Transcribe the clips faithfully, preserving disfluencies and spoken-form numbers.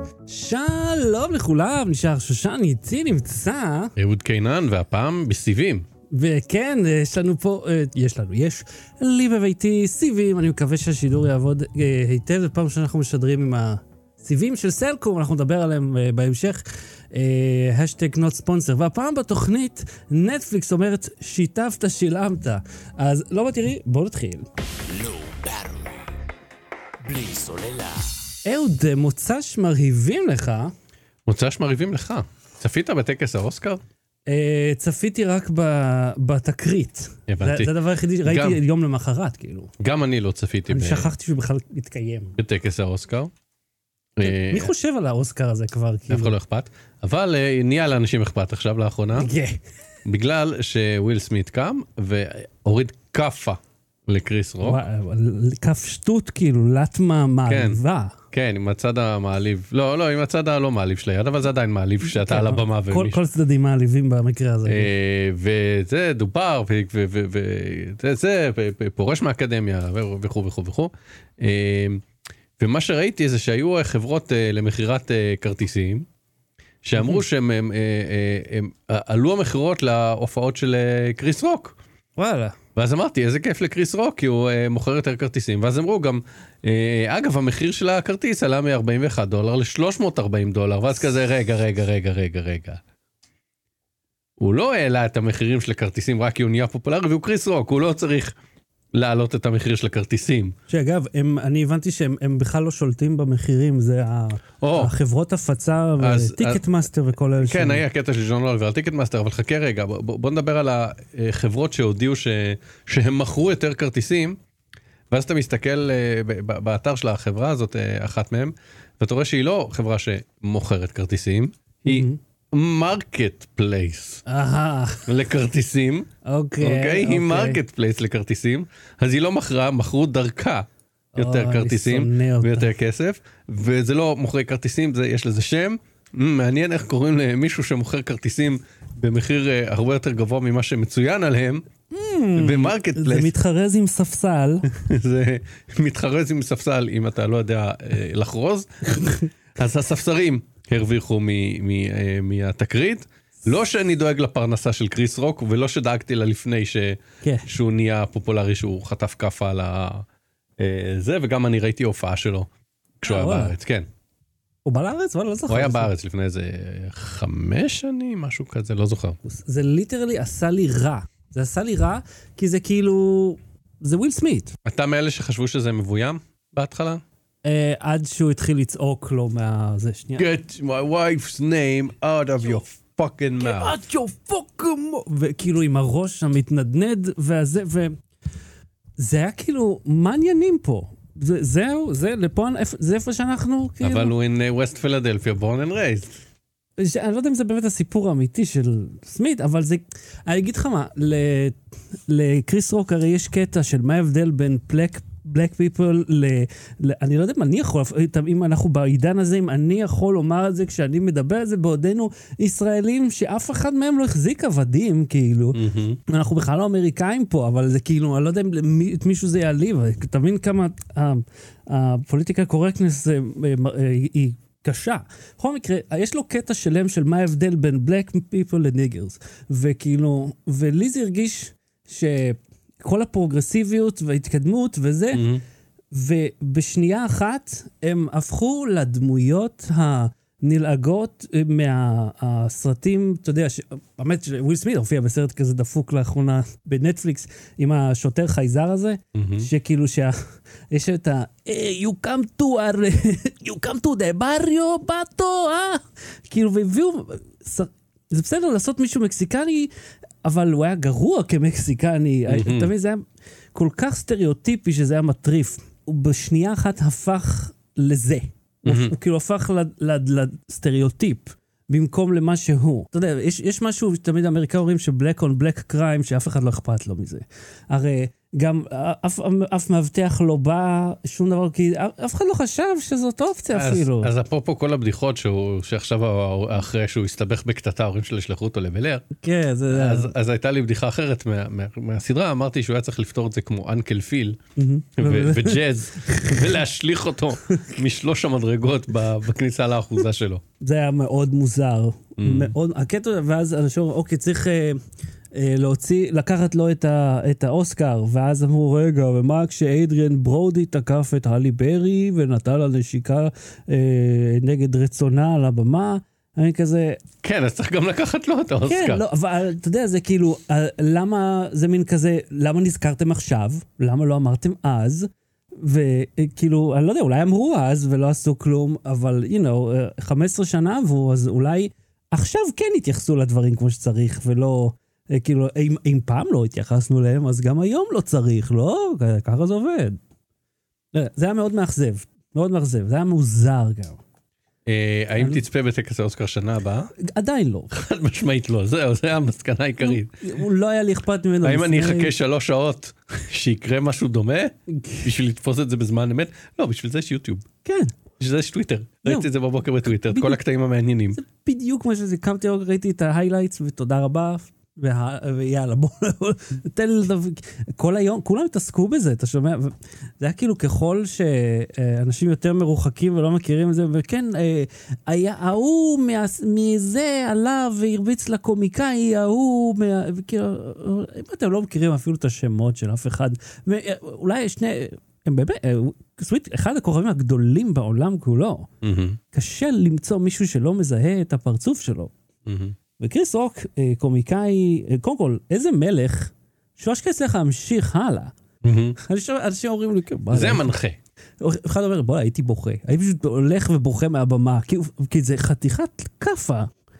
שלום לכולם, נשאר שושן, איתי נמצא אהוד קינן, והפעם בסיבים. וכן, יש לנו פה, יש לנו, יש לי בביתי סיבים, אני מקווה שהשידור יעבוד היטב, זה פעם שאנחנו משדרים עם הסיבים של סלקום, אנחנו נדבר עליהם בהמשך, השטג נוט ספונסר, והפעם בתוכנית נטפליקס אומרת שיתפת שילמת, אז לא בתראי, בואו נתחיל. לא ברור, בלי סוללה. אהוד, מוצ"ש מרהיבים לך. מוצ"ש מרהיבים לך. צפית בטקס האוסקר? צפיתי רק בתקרית. הבנתי. זה הדבר היחידי, ראיתי יום למחרת, כאילו. גם אני לא צפיתי. אני שכחתי שהוא בכלל מתקיים. בטקס האוסקר. מי חושב על האוסקר הזה כבר? אף אחד לא אכפת. אבל נהיה לאנשים אכפת עכשיו לאחרונה. בגלל שוויל סמית קם והוריד כפה לקריס רוק. כף שטות כאילו, לטמה מעליבה. כן, עם הצד המעליב. לא, לא, עם הצד הלא מעליב של היד, אבל זה עדיין מעליב שאתה על הבמה. כל צדדים מעליבים במקרה הזה. וזה דובר, וזה פורש מהאקדמיה, וכו' וכו' וכו'. ומה שראיתי זה שהיו חברות למחירת כרטיסים, שאמרו שהם עלו המחירות להופעות של קריס רוק. וואלה. ואז אמרתי, איזה כיף לקריס רוק, כי הוא אה, מוכר יותר כרטיסים. ואז אמרו גם, אה, אגב, המחיר של הכרטיס עלה מ-ארבעים ואחד דולר ל-שלוש מאות וארבעים דולר. ואז כזה, רגע, רגע, רגע, רגע, רגע. הוא לא העלה את המחירים של הכרטיסים רק כי הוא נהיה פופולרי, והוא קריס רוק, הוא לא צריך להעלות את המחיר של הכרטיסים. שאגב, הם, אני הבנתי שהם הם בכלל לא שולטים במחירים, זה oh. החברות הפצה וטיקט מאסטר וכל אלה. כן, היה הקטע של ג'ון לול ועל טיקט מאסטר, אבל חכה רגע, בוא, בוא נדבר על החברות שהודיעו ש, שהם מכרו יותר כרטיסים, ואז אתה מסתכל באתר של החברה הזאת, אחת מהם, ואתה רואה שהיא לא חברה שמוכרת כרטיסים, היא מרקט פלייס לכרטיסים. אוקיי, היא מרקט פלייס לכרטיסים, אז היא לא מכרה, מכרו דרכה יותר כרטיסים ויותר כסף, וזה לא מוכרי כרטיסים, יש לזה שם, מעניין איך קוראים למישהו שמוכר כרטיסים במחיר הרבה יותר גבוה ממה שמצוין עליהם, במרקט פלייס. זה מתחרז עם ספסל. זה מתחרז עם ספסל, אם אתה לא יודע לחרוז. אז הספסרים הרוויחו מהתקרית, לא שאני דואג לפרנסה של קריס רוק, ולא שדאגתי לה לפני שהוא נהיה פופולרי, שהוא חטף כפה על זה, וגם אני ראיתי הופעה שלו כשהוא היה בארץ, כן. הוא בא לארץ? לא זוכר. הוא היה בארץ לפני איזה חמש שנים, משהו כזה, לא זוכר. זה ליטרלי עשה לי רע. זה עשה לי רע, כי זה כאילו, זה וויל סמית. אתה מאלה שחשבו שזה מבוים בהתחלה? עד שהוא התחיל לצעוק לו מה... זה שנייה. Get my wife's name out of your fucking mouth. Get out your fucking mouth. וכאילו עם הראש המתנדנד, וזה, ו... זה היה כאילו, מה עניינים פה? זה, זהו, זה, לפה, זה איפה שאנחנו, כאילו... אבל הוא in West Philadelphia, born and raised. אני לא יודע אם זה באמת הסיפור האמיתי של סמית, אבל זה... אני אגיד לך מה, לקריס רוק הרי יש קטע של מה ההבדל בין פלק... black people, ל, ל, אני לא יודע אם אני יכול, אם אנחנו בעידן הזה, אם אני יכול לומר את זה כשאני מדבר על זה בעודנו ישראלים, שאף אחד מהם לא החזיק עבדים, כאילו. Mm-hmm. אנחנו בכלל לא אמריקאים פה, אבל זה כאילו, אני לא יודע אם למי, את מישהו זה יעליב, תבין כמה הפוליטיקה קורקטנס היא קשה. בכל מקרה, יש לו קטע שלם של מה ההבדל בין black people לניגרס, וכאילו, ולי זה הרגיש ש... כל הפרוגרסיביות וההתקדמות וזה, mm-hmm. ובשנייה אחת הם הפכו לדמויות הנלעגות מהסרטים, אתה יודע, ש... באמת וויל סמית הופיע בסרט כזה דפוק לאחרונה בנטפליקס, עם השוטר חייזר הזה, mm-hmm. שכאילו שה... יש את ה... Hey, you come to our... you come to the barrio, bato, אה? כאילו, והביאו... זה בסדר לעשות מישהו מקסיקני, אבל הוא היה גרוע כמקסיקני. Mm-hmm. תמיד זה היה כל כך סטריאוטיפי שזה היה מטריף. הוא בשנייה אחת הפך לזה. Mm-hmm. הוא, הוא כאילו הפך לסטריאוטיפ, במקום למה שהוא. אתה יודע, יש, יש משהו, תמיד האמריקאים אומרים שבלק און בלק קריים, שאף אחד לא אכפת לו מזה. הרי גם אף, אף מבטח לא בא, שום דבר, כי אף אחד לא חשב שזאת אופציה אז, אפילו. אז אפרופו כל הבדיחות שהוא, שעכשיו אחרי שהוא הסתבך בקטטה, ההורים שלו ישלחו אותו לבלר. כן, זה... אז, אז הייתה לי בדיחה אחרת מה, מה, מהסדרה, אמרתי שהוא היה צריך לפתור את זה כמו אנקל פיל ו- וג'אז, ולהשליך אותו משלוש המדרגות בכניסה לאחוזה שלו. זה היה מאוד מוזר. מאוד, הקטע, ואז אנשים אומרים, אוקיי, צריך... להוציא, לקחת לו את, ה, את האוסקר, ואז אמרו, רגע, ומה כשאדריאן ברודי תקף את הלי ברי, ונתן לה נשיקה אה, נגד רצונה על הבמה, אני כזה... כן, אז צריך גם לקחת לו את האוסקר. כן, לא, אבל אתה יודע, זה כאילו, למה זה מין כזה, למה נזכרתם עכשיו? למה לא אמרתם אז? וכאילו, אני לא יודע, אולי אמרו אז ולא עשו כלום, אבל, you know, חמש עשרה שנה עברו, אז אולי עכשיו כן התייחסו לדברים כמו שצריך, ולא... כאילו, אם, אם פעם לא התייחסנו להם, אז גם היום לא צריך, לא? ככה זה עובד. זה היה מאוד מאכזב, מאוד מאכזב, זה היה מוזר גם. האם תצפה בטקס האוסקר שנה הבאה? עדיין לא. חד משמעית לא, זהו, זה המסקנה העיקרית. הוא לא היה לי אכפת ממנו. האם אני אחכה שלוש שעות שיקרה משהו דומה, בשביל לתפוס את זה בזמן אמת? לא, בשביל זה יש יוטיוב. כן. בשביל זה יש טוויטר. ראיתי את זה בבוקר בטוויטר, את כל הקטעים המעניינים. זה בדיוק מה שזה, קמתי, ראיתי את ההיילייטס, ותודה רבה. ויאללה, בוא, תן לי לדבר, כל היום, כולם התעסקו בזה, אתה שומע? זה היה כאילו ככל שאנשים יותר מרוחקים ולא מכירים את זה, וכן, היה, ההוא מזה עליו והרביץ לקומיקאי, ההוא, וכאילו, אם אתם לא מכירים אפילו את השמות של אף אחד, אולי שני, הם באמת, סוויט, אחד הכוכבים הגדולים בעולם כולו, קשה למצוא מישהו שלא מזהה את הפרצוף שלו. וקריס רוק, קומיקאי, קודם כל, איזה מלך, שהוא אשכרה צריך להמשיך הלאה. אנשים אומרים לי, זה מנחה. אחד אומר, בוא, הייתי בוכה. הייתי פשוט הולך ובוכה מהבמה, כי זה חתיכת קפה,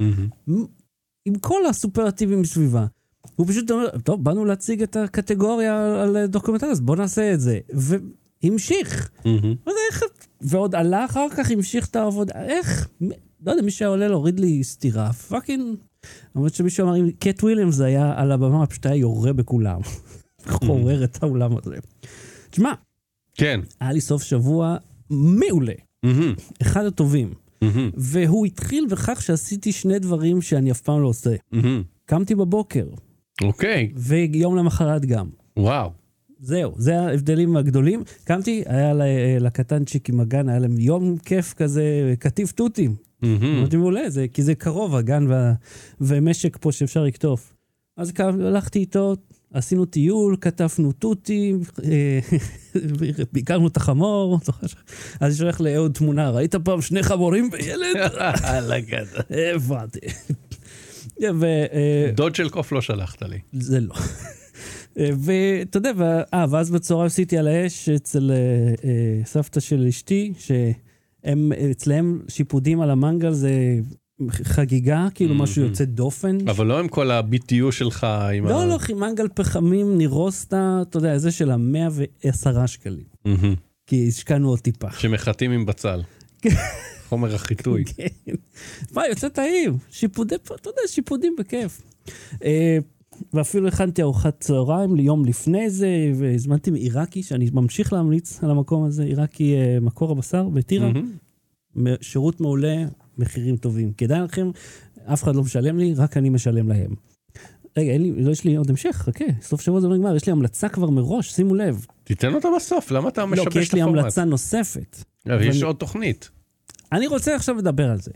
עם כל הסופרטיבים מסביבה. הוא פשוט אומר, טוב, באנו להציג את הקטגוריה על דוקומנטרי, אז בוא נעשה את זה. והמשיך. ועוד עלה אחר כך, המשיך את העבודה. איך? לא יודע, מי שעולה להוריד לי סתירה, פאקינג, למרות שמישהו אמר, אם קט וויליאמס היה על הבמה, פשוט היה יורה בכולם. חורר את העולם הזה. תשמע, כן. היה לי סוף שבוע מעולה. אחד הטובים. והוא התחיל בכך שעשיתי שני דברים שאני אף פעם לא עושה. קמתי בבוקר. אוקיי. ויום למחרת גם. וואו. זהו, זה ההבדלים הגדולים. קמתי, היה לקטנצ'יק עם הגן, היה להם יום כיף כזה, כתיב תותים. אמרתי מעולה, זה, כי זה קרוב, הגן וה, ומשק פה שאפשר לקטוף. אז הלכתי איתו, עשינו טיול, כתפנו תותים, ביקרנו את החמור, אז יש הולך לאהוד תמונה, ראית פעם שני חמורים בילד? הבנתי. דוד של קוף לא שלחת לי. זה לא. ואתה יודע, ואז בצהריים עשיתי על האש אצל סבתא של אשתי, שהם אצלהם שיפודים על המנגל זה חגיגה, כאילו משהו יוצא דופן. אבל לא עם כל ה-בי טי יו שלך. לא, לא, עם מנגל פחמים נירוסטה, אתה יודע, זה של ה-מאה ועשרה שקלים. כי השקענו עוד טיפה. שמחתים עם בצל. חומר החיטוי. כן. מה, יוצא טעים. שיפודי, אתה יודע, שיפודים בכיף. ואפילו הכנתי ארוחת צהריים ליום לפני זה, והזמנתי מעיראקי, שאני ממשיך להמליץ על המקום הזה, עיראקי מקור הבשר בטירה. שירות מעולה, מחירים טובים. כדאי לכם, אף אחד לא משלם לי, רק אני משלם להם. רגע, אין לי, לא יש לי עוד המשך, חכה, סוף שבוע זה לא נגמר, יש לי המלצה כבר מראש, שימו לב. תיתן אותה בסוף, למה אתה משבש את הפורמט? לא, כי יש לי המלצה נוספת. יש עוד תוכנית. אני רוצה עכשיו לדבר על זה.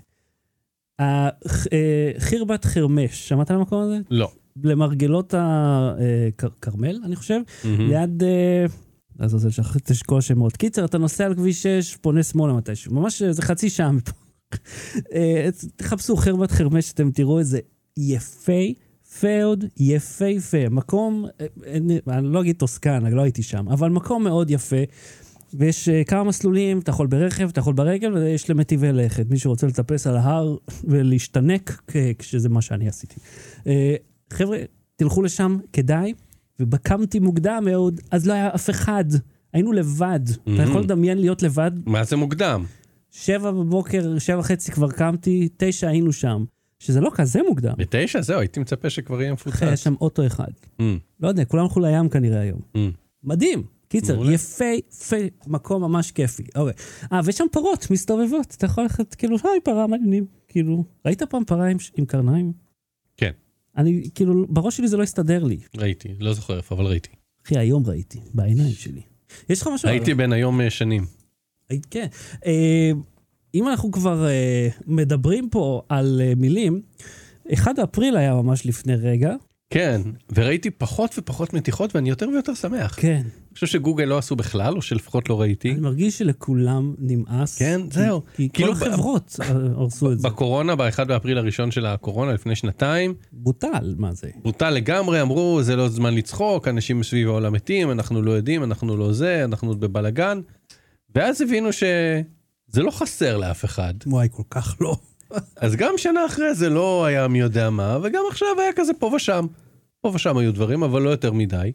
חירבת חרמש, שמעת על המקום הזה? לא. למרגלות הקרמל, אני חושב, ליד, אז זה שכחתי את כל השמות. קיצר, אתה נוסע על כביש שש, פונה שמאלה מתישהו. ממש, זה חצי שעה מפה. תחפשו חירבת חרמש, אתם תראו את זה יפי, פאוד, יפה יפה. מקום, אני לא אגיד טוסקן, אני לא הייתי שם, אבל מקום מאוד יפה. ויש כמה מסלולים, אתה יכול ברכב, אתה יכול ברגל, ויש למטיבי לכת. מי שרוצה לטפס על ההר ולהשתנק, כשזה מה שאני עשיתי. חבר'ה, תלכו לשם, כדאי, ובקמתי מוקדם מאוד, אז לא היה אף אחד. היינו לבד. Mm-hmm. אתה יכול לדמיין להיות לבד? מה זה מוקדם? שבע בבוקר, שבע חצי כבר קמתי, תשע היינו שם. שזה לא כזה מוקדם. בתשע, זהו, הייתי מצפה שכבר יהיה מפוצץ. היה שם אוטו אחד. Mm. לא יודע, כולם הלכו לים כנראה היום. Mm. מדהים. קיצר, מעולה. יפה, יפה, מקום ממש כיפי. אוקיי. אה, ויש שם פרות מסתובבות. אתה יכול ללכת, כאילו, היי, פרה, מעניינים. כאילו, ראית פעם פרה עם, עם קרניים? כן. אני, כאילו, בראש שלי זה לא הסתדר לי. ראיתי, לא זוכר איפה, אבל ראיתי. אחי, היום ראיתי, בעיניים שלי. יש לך משהו? הייתי בין היום שנים. כן. אה, אם אנחנו כבר אה, מדברים פה על אה, מילים, אחד באפריל היה ממש לפני רגע. כן, וראיתי פחות ופחות מתיחות, ואני יותר ויותר שמח. כן. אני חושב שגוגל לא עשו בכלל, או שלפחות לא ראיתי. אני מרגיש שלכולם נמאס. כן, זהו. כי כל כאילו החברות הרסו את זה. בקורונה, באחד באפריל הראשון של הקורונה, לפני שנתיים, בוטל, מה זה? בוטל לגמרי, אמרו, זה לא זמן לצחוק, אנשים מסביב העולם מתים, אנחנו לא יודעים, אנחנו לא זה, אנחנו בבלגן. ואז הבינו שזה לא חסר לאף אחד. וואי, כל כך לא. אז גם שנה אחרי זה לא היה מי יודע מה, וגם עכשיו היה כזה פה ושם. פה ושם היו דברים, אבל לא יותר מדי.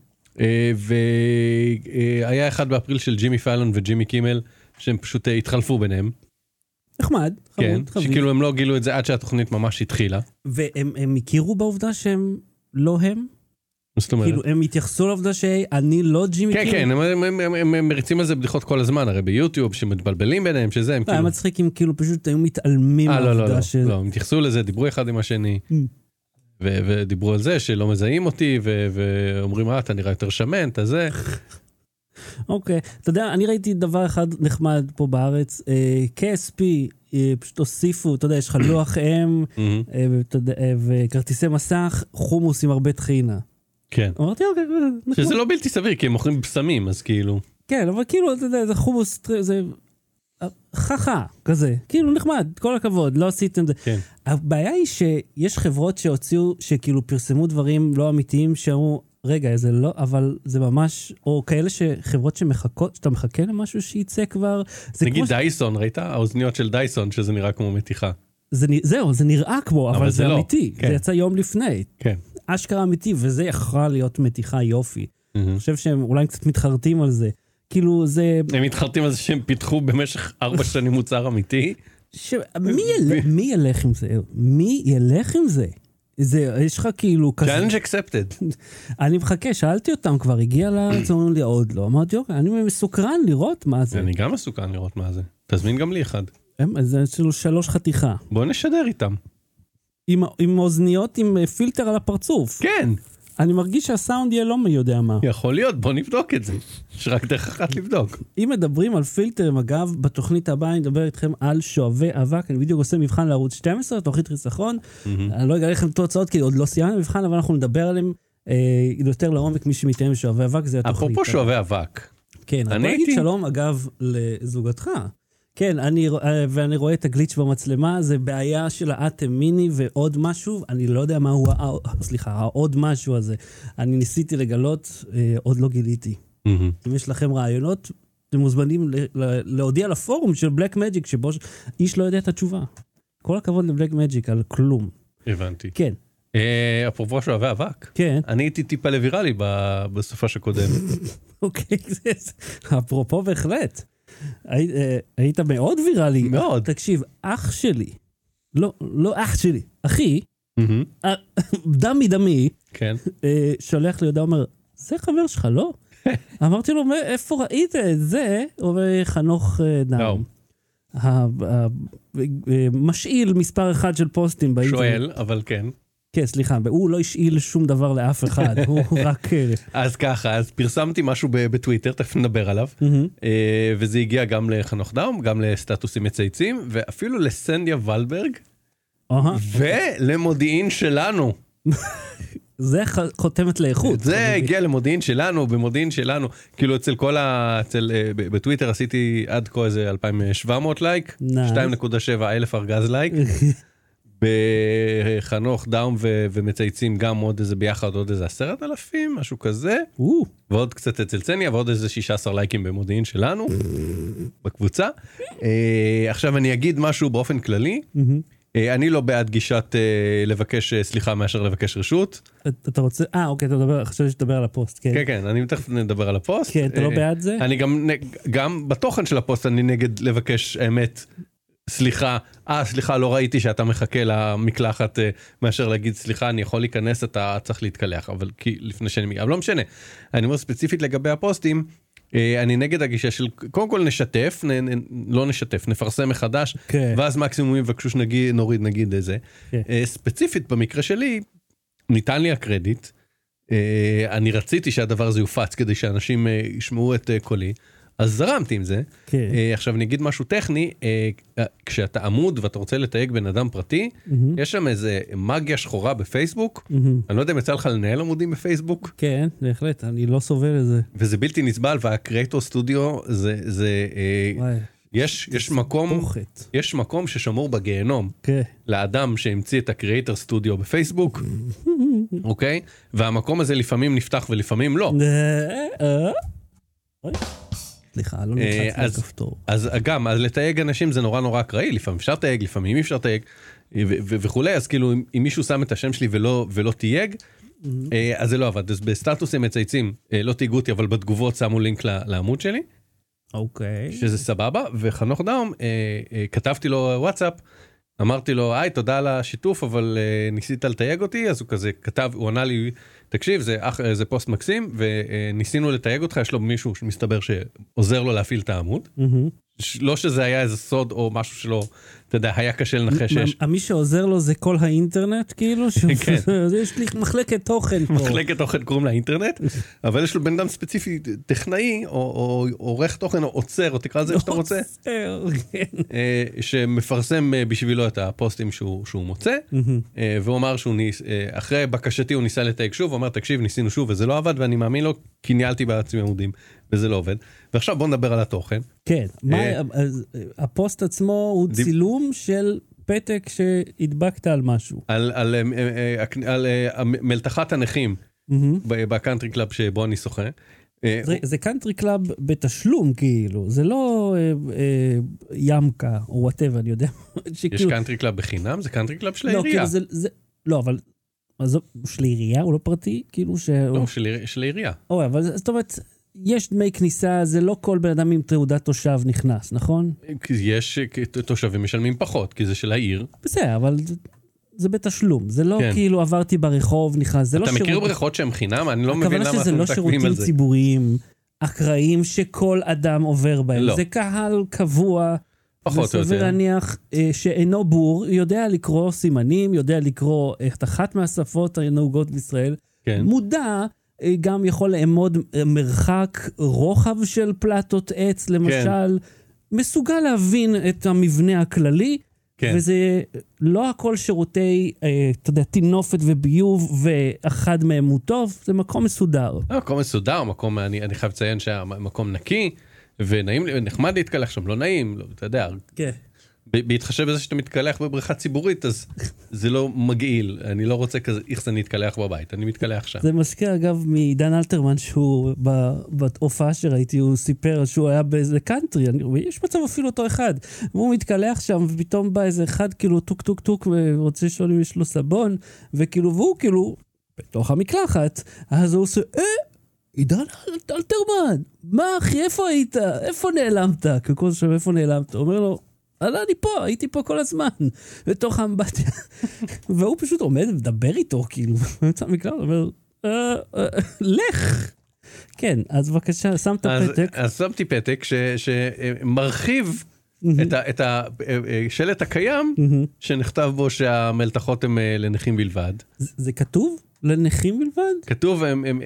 והיה אחד באפריל של ג'ימי פאלון וג'ימי קימל, שהם פשוט התחלפו ביניהם. נחמד, כן, חמוד, חביב. שכאילו הם לא גילו את זה עד שהתוכנית ממש התחילה. והם הם הכירו בעובדה שהם לא הם? זאת אומרת? כאילו, הם התייחסו לעובדה שאני לא ג'ימי כן, קימל? כן, הם, הם, הם, הם, הם מריצים על זה בדיחות כל הזמן, הרי ביוטיוב, שמתבלבלים ביניהם, שזה הם לא, כאילו... היה מצחיק אם כאילו פשוט היו מתעלמים אה, לא, לא, מהעובדה לא, ש... לא, הם התייחסו לזה, דיברו אחד עם השני, ו- ודיברו על זה שלא מזהים אותי, ו- ואומרים, אה, אתה נראה יותר שמן, אתה זה. אוקיי, אתה יודע, אני ראיתי דבר אחד נחמד פה בארץ, K S P, פשוט הוסיפו, אתה יודע, יש לך לוח אם, וכרטיסי מסך, חומוס עם הרבה טחינה. כן. אמרתי, אוקיי, נחמד. שזה לא בלתי סביר, כי הם מוכרים בשמים, אז כאילו... כן, אבל כאילו, אתה יודע, זה חומוס, זה חכה, כזה. כאילו, נחמד, כל הכבוד, לא עשיתם זה. כן. הבעיה היא שיש חברות שהוציאו, שכאילו פרסמו דברים לא אמיתיים, שאמרו, רגע, זה לא, אבל זה ממש, או כאלה שחברות שמחכות, שאתה מחכה למשהו שייצא כבר. נגיד דייסון, ראית? האוזניות של דייסון, שזה נראה כמו מתיחה. זה, זהו, זה נראה כמו, אבל, אבל זה, זה לא. אמיתי. כן. זה יצא יום לפני. כן. אשכרה אמיתי, וזה יכול להיות מתיחה יופי. Mm-hmm. אני חושב שהם אולי קצת מתחרטים על זה. כאילו זה... הם מתחרטים על זה שהם פיתחו במשך ארבע שנים מוצר אמיתי. ש... מי, יל... מי ילך עם זה? מי ילך עם זה? זה, יש לך כאילו... Challenge accepted. אני מחכה, שאלתי אותם כבר, הגיע לארץ, אומרים לי עוד לא. אמרתי, אוקיי, אני מסוקרן לראות מה זה. אני גם מסוקרן לראות מה זה. תזמין גם לי אחד. זה שלו שלוש חתיכה. בוא נשדר איתם. עם, עם אוזניות, עם פילטר על הפרצוף. כן. אני מרגיש שהסאונד יהיה לא מי יודע מה. יכול להיות, בוא נבדוק את זה. יש רק דרך אחת לבדוק. אם מדברים על פילטרים, אגב, בתוכנית הבאה אני מדבר איתכם על שואבי אבק. אני בדיוק עושה מבחן לערוץ שתים עשרה, תוכנית חיסכון. אני לא אגלה לכם תוצאות, כי עוד לא סיימנו מבחן, אבל אנחנו נדבר עליהם יותר לעומק, מי שמתאם שואבי אבק, זה התוכנית. אפרופו שואבי אבק. כן, אני בוא נגיד שלום, אגב, לזוגתך. כן, אני, ואני רואה את הגליץ' במצלמה, זה בעיה של האטם מיני ועוד משהו, אני לא יודע מה הוא, סליחה, העוד משהו הזה. אני ניסיתי לגלות, עוד לא גיליתי. Mm-hmm. אם יש לכם רעיונות, אתם מוזמנים להודיע לפורום של בלק מג'יק, שבו איש לא יודע את התשובה. כל הכבוד לבלק מג'יק על כלום. הבנתי. כן. אפרופו שואבי אבק. כן. אני הייתי טיפה לוויראלי בסופה שקודם. אוקיי, אפרופו בהחלט. היית מאוד ויראלי. מאוד. תקשיב, אח שלי, לא, לא אח שלי, אחי, דמי דמי, שולח לי הודעה, אומר, זה חבר שלך, לא? אמרתי לו, איפה ראית את זה? אומר חנוך דם. משאיל מספר אחד של פוסטים באינטרנט. שואל, אבל כן. כן, סליחה, הוא לא השאיל שום דבר לאף אחד, הוא רק... אז ככה, אז פרסמתי משהו בטוויטר, תכף נדבר עליו, וזה הגיע גם לחנוך דאום, גם לסטטוסים מצייצים, ואפילו לסנדיה ולברג, ולמודיעין שלנו. זה חותמת לאיכות. זה הגיע למודיעין שלנו, במודיעין שלנו, כאילו אצל כל ה... בטוויטר עשיתי עד כה איזה אלפיים ושבע מאות לייק, שתיים נקודה שבע אלף ארגז לייק, בחנוך דאום ו- ומצייצים גם עוד איזה ביחד, עוד איזה עשרת אלפים, משהו כזה, ועוד קצת אצל צניה, ועוד איזה שישה עשר לייקים במודיעין שלנו, בקבוצה. עכשיו אני אגיד משהו באופן כללי, אני לא בעד גישת לבקש סליחה מאשר לבקש רשות. אתה רוצה, אה אוקיי, אתה מדבר, חשבתי שתדבר על הפוסט, כן. כן, כן, אני תכף נדבר על הפוסט. כן, אתה לא בעד זה? אני גם, גם בתוכן של הפוסט אני נגד לבקש האמת, סליחה, אה, סליחה, לא ראיתי שאתה מחכה למקלחת, מאשר להגיד, סליחה, אני יכול להיכנס, אתה צריך להתקלח, אבל כי לפני שאני מגיע, אבל לא משנה. אני אומר ספציפית לגבי הפוסטים, אני נגד הגישה של, קודם כל נשתף, נ, נ, לא נשתף, נפרסם מחדש, okay. ואז מקסימום יבקשו שנוריד, נגיד איזה. Okay. ספציפית, במקרה שלי, ניתן לי הקרדיט, אני רציתי שהדבר הזה יופץ, כדי שאנשים ישמעו את קולי, אז זרמתי עם זה. Okay. עכשיו אני אגיד משהו טכני, כשאתה עמוד ואתה רוצה לתייג בן אדם פרטי, mm-hmm. יש שם איזה מגיה שחורה בפייסבוק, mm-hmm. אני לא יודע אם יצא לך לנהל עמודים בפייסבוק. כן, בהחלט, אני לא סובל את זה. וזה בלתי נסבל, והקריאטור סטודיו, זה, זה, יש, יש מקום, יש מקום ששמור בגיהנום, okay. לאדם שהמציא את הקריאטור סטודיו בפייסבוק, אוקיי? והמקום הזה לפעמים נפתח ולפעמים לא. סליחה, לא נלחץ לכפתור. אז גם, אז לתייג אנשים זה נורא נורא אקראי, לפעמים אפשר תייג, לפעמים אי אפשר תייג, וכולי, אז כאילו, אם מישהו שם את השם שלי ולא תייג, אז זה לא עבד. אז בסטטוסים מצייצים, לא תייגו אותי, אבל בתגובות שמו לינק לעמוד שלי. אוקיי. שזה סבבה, וחנוך דאום, כתבתי לו וואטסאפ, אמרתי לו, היי, תודה על השיתוף, אבל ניסית לתייג אותי, אז הוא כזה כתב, הוא ענה לי, תקשיב, זה, זה פוסט מקסים, וניסינו לתייג אותך, יש לו מישהו שמסתבר שעוזר לו להפעיל את העמוד. לא שזה היה איזה סוד או משהו שלא, אתה יודע, היה קשה לנחש שיש. מי שעוזר לו זה כל האינטרנט, כאילו? כן. יש לי מחלקת תוכן פה. מחלקת תוכן קוראים לה אינטרנט, אבל יש לו בן אדם ספציפי טכנאי, או עורך תוכן, או עוצר, או תקרא לזה שאתה רוצה. עוצר, כן. שמפרסם בשבילו את הפוסטים שהוא מוצא, והוא אמר שהוא, אחרי בקשתי הוא ניסה לתייג שוב, הוא אמר, תקשיב, ניסינו שוב, וזה לא עבד, ואני מאמין לו, כי ניהלתי בעצמי עמודים, וזה לא עובד. ועכשיו בוא נדבר על התוכן. כן, הפוסט עצמו הוא צילום של פתק שהדבקת על משהו. על מלתחת הנכים בקאנטרי קלאב שבו אני שוחה. זה קאנטרי קלאב בתשלום כאילו, זה לא ימקה או וואטאבר, אני יודע. יש קאנטרי קלאב בחינם? זה קאנטרי קלאב של העירייה. לא, אבל של העירייה הוא לא פרטי? לא, של העירייה. אבל זאת אומרת, יש דמי כניסה, זה לא כל בן אדם עם תעודת תושב נכנס, נכון? כי יש תושבים משלמים פחות, כי זה של העיר. בסדר, אבל זה בתשלום, זה לא כאילו עברתי ברחוב, נכנס, זה לא שירות... אתה מכיר בריכות שהן חינם? אני לא מבין למה אנחנו מתעכבים על זה. הכוונה שזה לא שירותים ציבוריים, אקראיים שכל אדם עובר בהם. זה קהל קבוע, וסביר להניח שאינו בור, יודע לקרוא סימנים, יודע לקרוא את אחת מהשפות הנהוגות בישראל, מודע... גם יכול לעמוד מרחק רוחב של פלטות עץ, למשל, כן. מסוגל להבין את המבנה הכללי, כן. וזה לא הכל שירותי, אתה יודע, תינופת וביוב, ואחד מהם הוא טוב, זה מקום מסודר. מקום מסודר, מקום, אני, אני חייב לציין שהמקום נקי, ונעים, נחמד להתקלח שם, לא נעים, לא, אתה יודע. כן. בהתחשב בזה שאתה מתקלח בבריכה ציבורית, אז זה לא מגעיל. אני לא רוצה כזה, איך זה נתקלח בבית, אני מתקלח שם. זה מזכיר, אגב, מעידן אלתרמן, שהוא בהופעה שראיתי, הוא סיפר שהוא היה באיזה קאנטרי, יש מצב אפילו אותו אחד, והוא מתקלח שם, ופתאום בא איזה אחד, כאילו, טוק טוק טוק, ורוצה לשאול אם יש לו סבון, וכאילו, והוא כאילו, בתוך המקלחת, אז הוא עושה, אה, עידן אלתרמן, מה אחי, איפה היית? איפה נעלמת? ככל שם, איפה נעלמת? הוא אומר לו, אלא אני פה, הייתי פה כל הזמן, בתוך האמבטיה. והוא פשוט עומד ומדבר איתו, כאילו, במצע מקלט, הוא אומר, לך. כן, אז בבקשה, שמת פתק. אז שמתי פתק שמרחיב את השלט הקיים, שנכתב בו שהמלתחות הן לנכים בלבד. זה כתוב? לנכים בלבד? כתוב,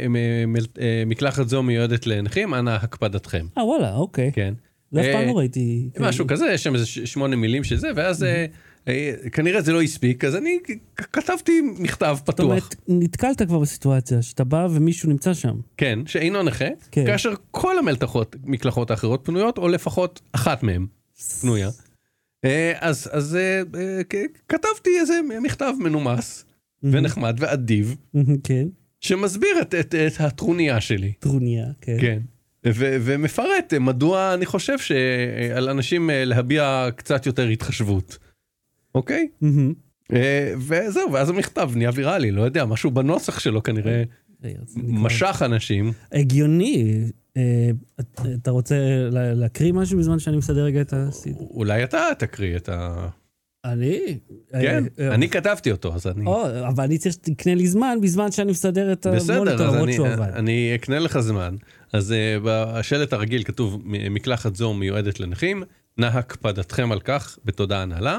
מקלחת זו מיועדת לנכים, אנא הקפדתכם. אה, וואלה, אוקיי. כן. לא אף פעם לא ראיתי. משהו כזה, יש שם איזה שמונה מילים שזה, ואז כנראה זה לא הספיק, אז אני כתבתי מכתב פתוח. זאת אומרת, נתקלת כבר בסיטואציה, שאתה בא ומישהו נמצא שם. כן, שאינו נכה, כאשר כל המלתחות, מקלחות האחרות פנויות, או לפחות אחת מהן פנויה. אז כתבתי איזה מכתב מנומס, ונחמד ועדיב, שמסביר את הטרוניה שלי. טרוניה, כן. כן. ו- ומפרט מדוע אני חושב שעל אנשים להביע קצת יותר התחשבות. אוקיי? וזהו, ואז המכתב נהיה ויראלי, לא יודע, משהו בנוסח שלו כנראה משך אנשים. הגיוני. אתה רוצה להקריא משהו בזמן שאני מסדר רגע את הסיד? אולי אתה תקריא את ה... אני? כן, אני כתבתי אותו, אז אני... אבל אני צריך שתקנה לי זמן בזמן שאני מסדר את המוניטור, למרות שהוא עבד. אני אקנה לך זמן. אז בשלט הרגיל כתוב, מקלחת זו מיועדת לנכים, נא הקפדתכם על כך בתודה הנהלה.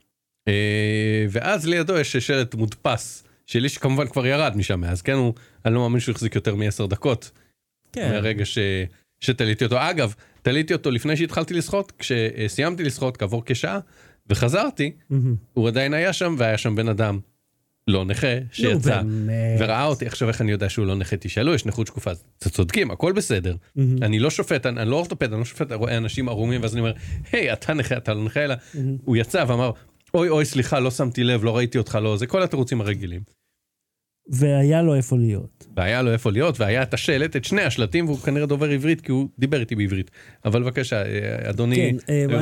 ואז לידו יש שלט מודפס, שלי שכמובן כבר ירד משם, אז כן, אני לא מאמין שהוא החזיק יותר מעשר דקות. מהרגע שתליתי אותו. אגב, תליתי אותו לפני שהתחלתי לשחות, כשסיימתי לשחות כעבור כשעה, וחזרתי, הוא עדיין היה שם, והיה שם בן אדם לא נכה, שיצא, וראה אותי. עכשיו איך אני יודע שהוא לא נכה? תשאלו, יש נכות שקופה, זה צודקים, הכל בסדר. אני לא שופט, אני לא אורתופד, אני לא שופט, רואה אנשים ערומים, ואז אני אומר, היי, אתה נכה, אתה לא נכה, אלא הוא יצא ואמר, אוי, אוי, סליחה, לא שמתי לב, לא ראיתי אותך, לא, זה כל התירוצים הרגילים. והיה לו איפה להיות. והיה לו איפה להיות, והיה את השלט, את שני השלטים, והוא כנראה דובר עברית, כי הוא דיבר איתי בעברית. אבל בבקשה, אדוני... כן,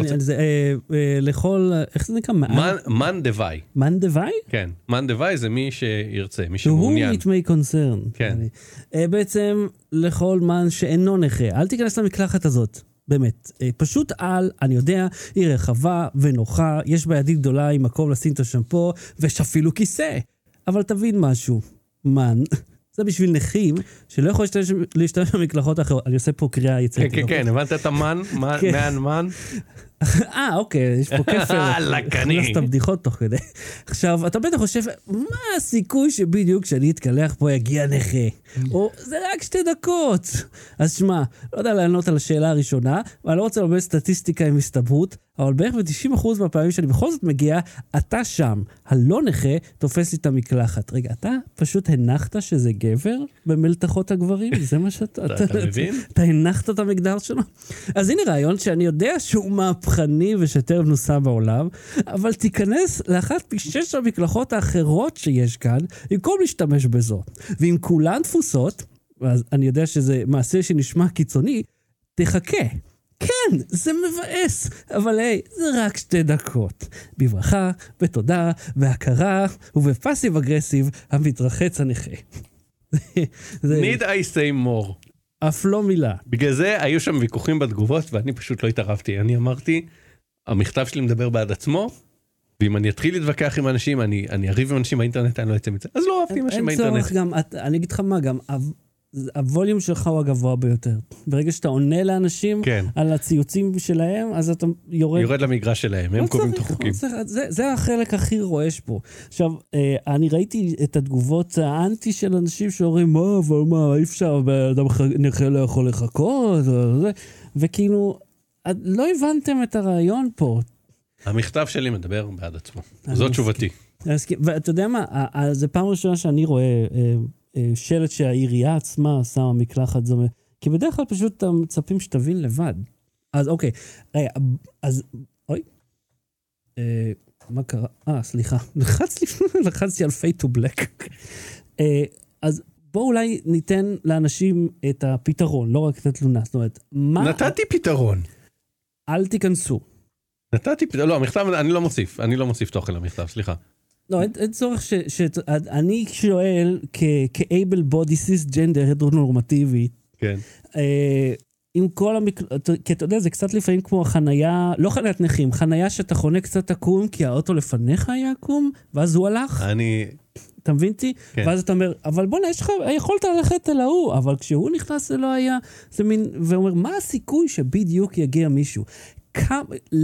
לכל, איך זה נקרא? מן דווי. מן דווי? כן, מן דווי זה מי שירצה, מי שמעוניין. הוא it may concern. כן. בעצם, לכל מן שאינו נכה, אל תיכנס למקלחת הזאת. באמת, פשוט על, אני יודע, היא רחבה ונוחה, יש בה ידית גדולה עם מקום לשים את השמפו, ויש אפילו כיסא. אבל תבין משהו, מן, זה בשביל נכים, שלא יכול להשתמש במקלחות אחרות. אני עושה פה קריאה יצרית. כן, כן, כן, הבנת את המן? מן, מן? אה, אוקיי, יש פה כפר. לקני. נכנס את הבדיחות תוך כדי. עכשיו, אתה בטח חושב, מה הסיכוי שבדיוק כשאני אתקלח פה יגיע נכה? או, זה רק שתי דקות. אז שמע, לא יודע לענות על השאלה הראשונה, ואני לא רוצה לומר סטטיסטיקה עם הסתברות, אבל בערך ב-תשעים אחוז מהפעמים שאני בכל זאת מגיע, אתה שם, הלא נכה, תופס לי את המקלחת. רגע, אתה פשוט הנחת שזה גבר במלתחות הגברים? זה מה שאתה... אתה מבין? אתה הנחת את המגדר שלו? אז הנה רעיון שאני יודע שהוא מהפכני ושטרם נוסע בעולם, אבל תיכנס לאחת משש המקלחות האחרות שיש כאן, במקום להשתמש בזו. ואם כולן תפוסות, אז אני יודע שזה מעשה שנשמע קיצוני, תחכה. כן, זה מבאס, אבל היי, זה רק שתי דקות. בברכה, בתודה, בהכרה ובפסיב אגרסיב המתרחץ הנכה. Need I say more? אף לא מילה. בגלל זה היו שם ויכוחים בתגובות, ואני פשוט לא התערבתי. אני אמרתי, המכתב שלי מדבר בעד עצמו, ואם אני אתחיל להתווכח עם אנשים, אני, אני אריב עם אנשים באינטרנט, אני לא אצא מצא. אז לא אהבתי אנשים באינטרנט. אין צורך גם, אני אגיד לך מה, גם הווליום שלך הוא הגבוה ביותר. ברגע שאתה עונה לאנשים כן. על הציוצים שלהם, אז אתה יורד... יורד למגרש שלהם, הם קובעים את החוקים. זה, זה החלק הכי רועש פה. עכשיו, אני ראיתי את התגובות האנטי של אנשים שאומרים, מה, אבל מה, אי אפשר, אדם נכה לא יכול לחכות, וכאילו, לא הבנתם את הרעיון פה. המכתב שלי מדבר בעד עצמו. זו תשובתי. ואתה יודע מה, זה פעם ראשונה שאני רואה... שלט שהעירייה עצמה שמה מקלחת זו, כי בדרך כלל פשוט אתם מצפים שתבין לבד. אז אוקיי, רגע, אז, אוי, אה, מה קרה? אה, סליחה, לחצתי, לחצתי על fade to black. אה, אז בואו אולי ניתן לאנשים את הפתרון, לא רק את התלונה, זאת אומרת, מה... נתתי פתרון. אל תיכנסו. נתתי פתרון, לא, המכתב, אני לא מוסיף, אני לא מוסיף תוכן למכתב, סליחה. לא, אין צורך ש... אני שואל כ-able body cisgender הטרונורמטיבי. כן. עם כל המקל... כי אתה יודע, זה קצת לפעמים כמו חנייה, לא חניית נכים, חנייה שאתה חונה קצת עקום, כי האוטו לפניך היה עקום, ואז הוא הלך. אני... אתה מבין אותי? כן. ואז אתה אומר, אבל בוא נה, יש לך, יכולת ללכת אל ההוא, אבל כשהוא נכנס זה לא היה, זה מין, ואומר, מה הסיכוי שבדיוק יגיע מישהו? כמה,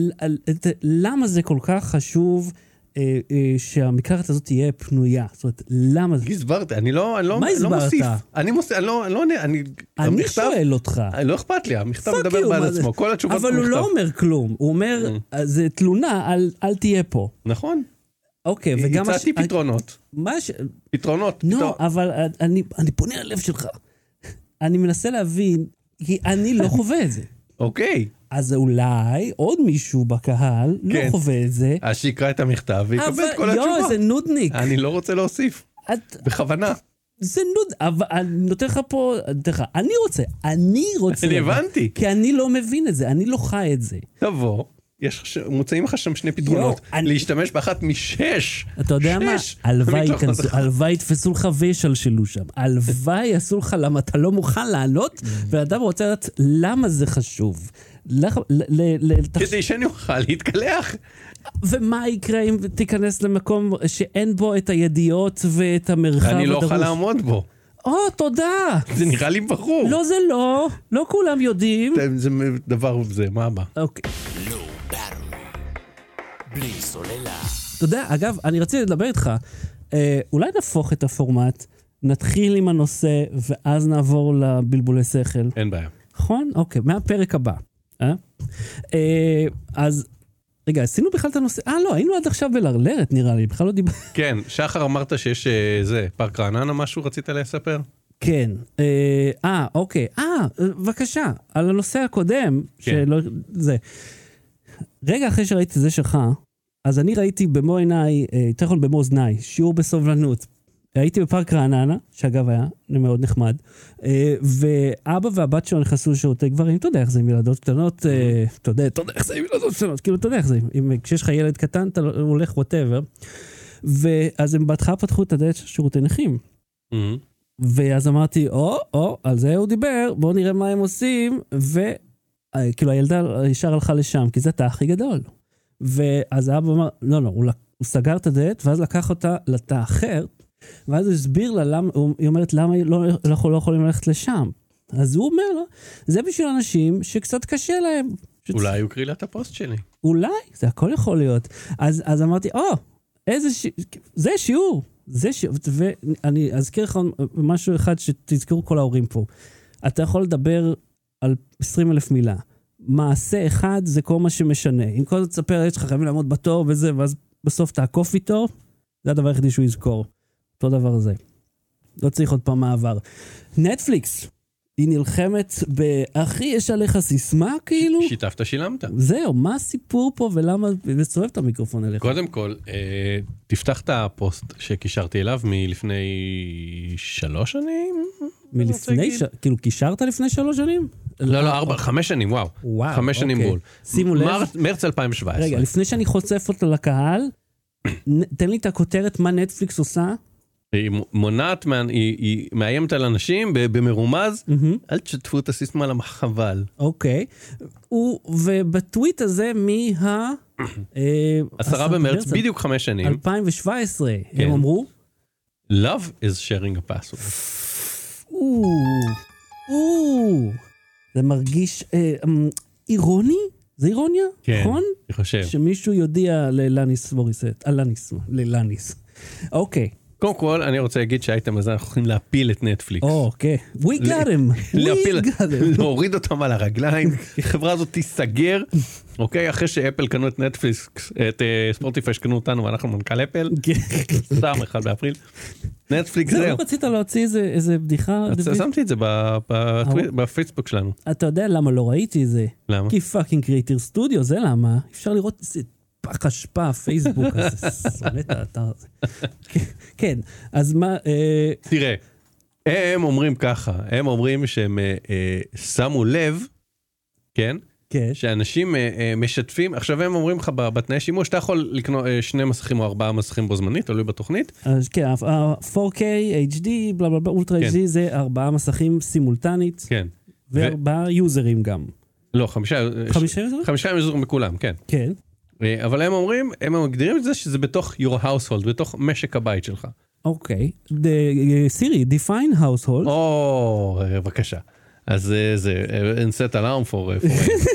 למה זה כל כך חשוב... שהמקלחת הזאת תהיה פנויה. זאת אומרת, למה זה? הסברת, אני לא, אני לא, מה הסברת? מוסיף. אני מוסיף, אני לא, אני לא, אני... אני שואל אותך. לא אכפת לי, המכתב מדבר בעד עצמו, כל התשובות אבל הוא לא אומר כלום, הוא אומר, זה תלונה, אל תהיה פה. נכון. אוקיי, וגם... הצעתי פתרונות. מה ש... פתרונות. לא, אבל אני פונה ללב שלך. אני מנסה להבין, כי אני לא חווה את זה. אוקיי. אז אולי עוד מישהו בקהל לא חווה את זה. אז שיקרא את המכתב ויקבל את כל התשובות. יו, זה נודניק. אני לא רוצה להוסיף. בכוונה. זה נוד, אבל אני נותן לך פה, אני רוצה, אני רוצה. אני הבנתי. כי אני לא מבין את זה, אני לא חי את זה. תבוא, יש, מוצאים לך שם שני פתרונות, להשתמש באחת משש. אתה יודע מה? הלוואי יתפסו לך וישלשלו שם. הלוואי יעשו לך למה אתה לא מוכן לענות, ואדם רוצה לדעת למה זה חשוב. כדי שאני אוכל להתקלח. ומה יקרה אם תיכנס למקום שאין בו את הידיעות ואת המרחב הדרוש? אני לא אוכל לעמוד בו. או, תודה. זה נראה לי ברור. לא, זה לא. לא כולם יודעים. זה דבר, זה, מה הבא? אוקיי. בלי סוללה. אתה יודע, אגב, אני רציתי לדבר איתך. אולי נפוך את הפורמט, נתחיל עם הנושא, ואז נעבור לבלבולי שכל. אין בעיה. נכון? אוקיי, מהפרק הבא. אה? אז... רגע, עשינו בכלל את הנושא, אה לא, היינו עד עכשיו בלרלרת נראה לי, בכלל לא דיבר. כן, שחר אמרת שיש זה, פארק רעננה משהו רצית לספר? כן, אה, אוקיי, אה, בבקשה, על הנושא הקודם, שלא, זה. רגע אחרי שראיתי זה שלך, אז אני ראיתי במו עיניי, יותר יכול במו אוזניי, שיעור בסובלנות. הייתי בפארק רעננה, שאגב היה מאוד נחמד, ואבא והבת שלו נכנסו לשירותי גברים, אתה יודע איך זה עם ילדות קטנות, אתה יודע, אתה יודע איך זה עם ילדות קטנות, כאילו אתה יודע איך זה, כשיש לך ילד קטן, אתה הולך whatever, ואז הם בהתחלה פתחו את הדלת של שירותי נכים, ואז אמרתי, או, או, על זה הוא דיבר, בואו נראה מה הם עושים, וכאילו הילדה ישר הלכה לשם, כי זה התא הכי גדול, ואז האבא אמר, לא, לא, הוא סגר את הדלת, ואז לקח אותה לתא אחר, ואז הוא הסביר לה, למה, היא אומרת, למה לא, אנחנו לא יכולים ללכת לשם? אז הוא אומר לו, זה בשביל אנשים שקצת קשה להם. אולי הוא קריא לה את הפוסט שלי. אולי, זה הכל יכול להיות. אז, אז אמרתי, או, איזה ש... זה שיעור, זה שיעור, ואני אזכיר לך משהו אחד שתזכרו כל ההורים פה. אתה יכול לדבר על עשרים אלף מילה. מעשה אחד זה כל מה שמשנה. אם כל זאת תספר, יש לך חייבים לעמוד בתור וזה, ואז בסוף תעקוף איתו, זה הדבר היחידי שהוא יזכור. אותו דבר זה. לא צריך עוד פעם מעבר. נטפליקס, היא נלחמת באחי, יש עליך סיסמה כאילו? שיתפת, שילמת. זהו, מה הסיפור פה ולמה, וסובב את המיקרופון אליך? קודם כל, אה, תפתח את הפוסט שקישרתי אליו מלפני שלוש שנים? מלפני, ש... כאילו קישרת לפני שלוש שנים? לא, לא, ארבע, חמש שנים, וואו. וואו, חמש שנים אוקיי. בול. שימו לב. מר... מרץ אלפיים שבע עשרה. רגע, לפני שאני חושף אותו לקהל, תן לי את הכותרת מה נטפליקס עושה. היא מונעת, היא, היא מאיימת על אנשים במרומז, אל תשתפו את הסיסמה למה חבל. אוקיי. ובטוויט הזה מה... עשרה במרץ, בדיוק חמש שנים. אלפיים שבע עשרה, הם אמרו? Love is sharing a password. או, או, זה מרגיש אירוני? זה אירוניה? נכון? אני חושב. שמישהו יודיע ללניס מוריסט, ללניס, ללניס. אוקיי. קודם כל, אני רוצה להגיד שהאייטם הזה, אנחנו יכולים להפיל את נטפליקס. אוקיי. We got him. להפיל, להוריד אותם על הרגליים. החברה הזאת תיסגר. אוקיי? אחרי שאפל קנו את נטפליקס, את ספוטיפיי שקנו אותנו, ואנחנו מנכ"ל אפל. סתם, אחד באפריל. נטפליקס זהו. זה לא רצית להוציא איזה בדיחה? שמתי את זה בפייסבוק שלנו. אתה יודע למה לא ראיתי את זה? למה? כי פאקינג קריאיטיר סטודיו, זה למה? אפשר לראות איזה פח אשפה, פייסבוק, הזה, שונא את האתר הזה. כן, אז מה... תראה, הם אומרים ככה, הם אומרים שהם שמו לב, כן? שאנשים משתפים, עכשיו הם אומרים לך בתנאי שימוש, אתה יכול לקנות שני מסכים או ארבעה מסכים בו זמנית, תלוי בתוכנית. אז כן, פור קיי, אייץ' די, בלה בלה בלה, אולטרה אייץ' די, זה ארבעה מסכים סימולטנית, כן. וארבעה יוזרים גם. לא, חמישה, חמישה יוזרים? חמישה יוזרים מכולם, כן. כן. אבל הם אומרים, הם מגדירים את זה שזה בתוך your household, בתוך משק הבית שלך. אוקיי. סירי, define household. או, בבקשה. אז זה, and set alarm for...